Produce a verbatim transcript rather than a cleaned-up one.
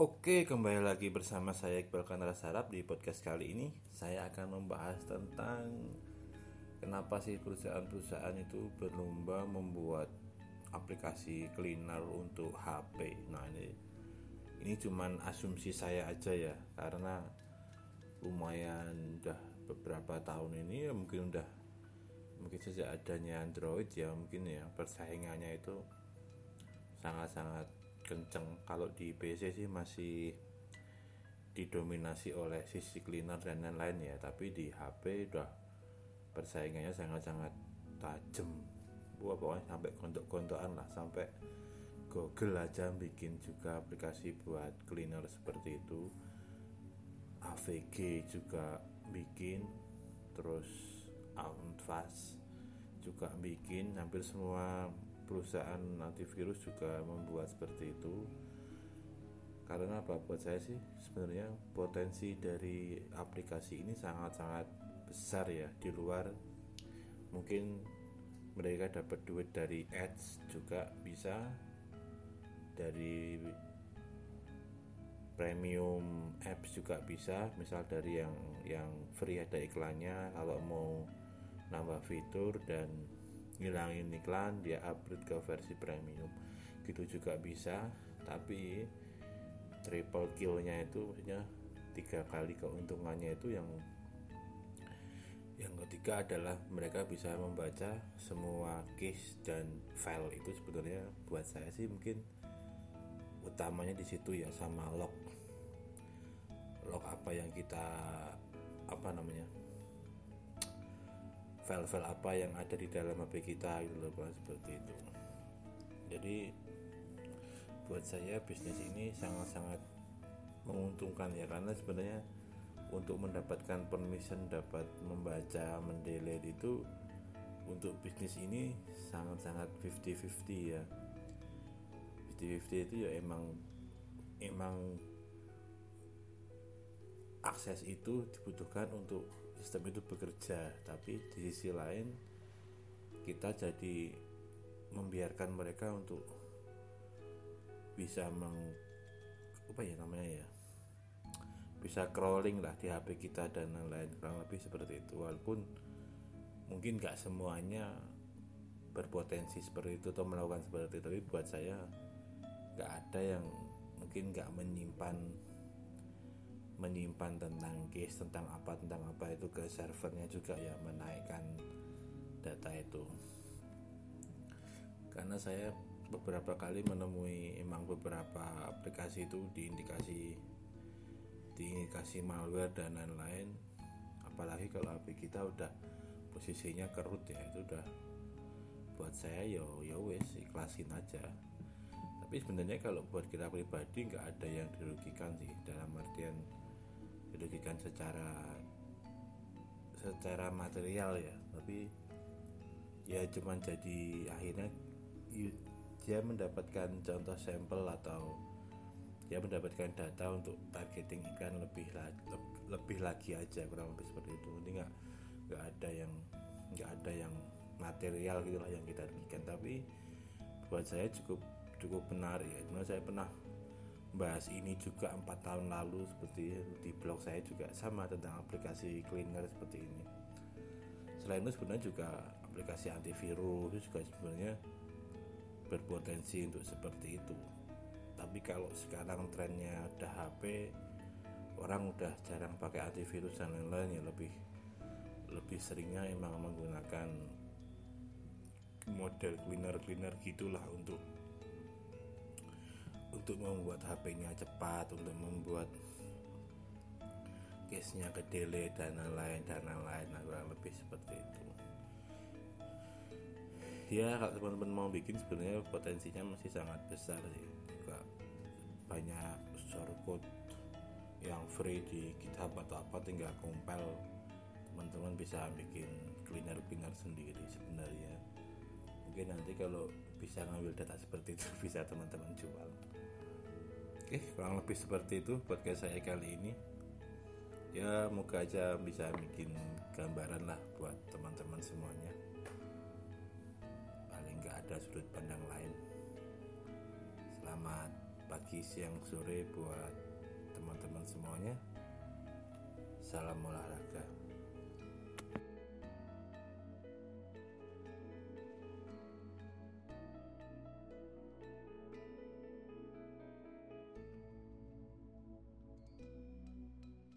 Oke, kembali lagi bersama saya Iqbal Kanara Sarap. Di podcast kali ini saya akan membahas tentang kenapa sih perusahaan-perusahaan itu berlomba membuat aplikasi cleaner untuk H P. Nah, ini ini cuman asumsi saya aja ya, karena lumayan udah beberapa tahun ini ya, mungkin udah mungkin sejak adanya Android ya, mungkin ya persaingannya itu sangat-sangat kenceng. Kalau di P C sih masih didominasi oleh sisi cleaner dan lain-lain ya, tapi di H P udah persaingannya sangat-sangat tajam. Wah, pokoknya sampai gontok-gontokan lah, sampai Google aja bikin juga aplikasi buat cleaner seperti itu. A V G juga bikin, terus Anfas juga bikin, hampir semua perusahaan antivirus juga membuat seperti itu. Karena apa, buat saya sih sebenarnya potensi dari aplikasi ini sangat-sangat besar ya, di luar mungkin mereka dapat duit dari ads, juga bisa dari premium apps juga bisa, misal dari yang yang free ada iklannya, kalau mau nambah fitur dan ngilangin iklan dia upgrade ke versi premium gitu juga bisa. Tapi triple kill-nya itu, maksudnya tiga kali keuntungannya itu, yang yang ketiga adalah mereka bisa membaca semua case dan file. Itu sebenarnya buat saya sih mungkin utamanya di situ ya, sama log log apa yang kita apa namanya file-file apa yang ada di dalam H P kita gitu loh, seperti itu. Jadi buat saya bisnis ini sangat-sangat menguntungkan ya, karena sebenarnya untuk mendapatkan permission dapat membaca, mendelete itu untuk bisnis ini sangat-sangat fifty-fifty ya. fifty-fifty itu ya, emang emang akses itu dibutuhkan untuk sistem itu bekerja, tapi di sisi lain kita jadi membiarkan mereka untuk bisa meng apa ya namanya ya bisa crawling lah di H P kita dan lain-lain, kurang lebih seperti itu. Walaupun mungkin gak semuanya berpotensi seperti itu atau melakukan seperti itu, tapi buat saya gak ada yang mungkin gak menyimpan menyimpan tentang case, tentang apa tentang apa itu ke servernya juga ya, menaikkan data itu. Karena saya beberapa kali menemui emang beberapa aplikasi itu diindikasi diindikasi malware dan lain-lain, apalagi kalau H P kita udah posisinya kerut ya, itu udah buat saya yo ya wes ikhlasin aja. Tapi sebenarnya kalau buat kita pribadi nggak ada yang dirugikan sih, dalam artian dirugikan secara secara material ya, tapi ya cuman jadi akhirnya dia mendapatkan contoh sampel atau dia mendapatkan data untuk targeting iklan lebih lebih lagi aja, kurang lebih seperti itu. Ini nggak nggak ada yang nggak ada yang material gitulah yang kita rugikan. Tapi buat saya cukup cukup benar ya, karena saya pernah bahas ini juga empat tahun lalu seperti di blog saya juga sama tentang aplikasi cleaner seperti ini. Selain itu sebenarnya juga aplikasi antivirus itu juga sebenarnya berpotensi untuk seperti itu. Tapi kalau sekarang trennya udah H P, orang udah jarang pakai antivirus dan lain-lain ya, lebih lebih seringnya emang menggunakan model cleaner-cleaner gitulah untuk untuk membuat H P-nya cepat, untuk membuat case-nya ke delete dan lain-lain dan lain-lain, nah, kurang lebih seperti itu. Ya kalau teman-teman mau bikin sebenarnya potensinya masih sangat besar sih. Juga banyak source code yang free di GitHub atau apa, tinggal compile, teman-teman bisa bikin cleaner-cleaner sendiri sebenarnya. Mungkin nanti kalau bisa ngambil data seperti itu bisa teman-teman jual. Oke, kurang lebih seperti itu podcast saya kali ini. Ya moga aja bisa bikin gambaran lah buat teman-teman semuanya, paling gak ada sudut pandang lain. Selamat pagi, siang, sore buat teman-teman semuanya. Salam olahraga.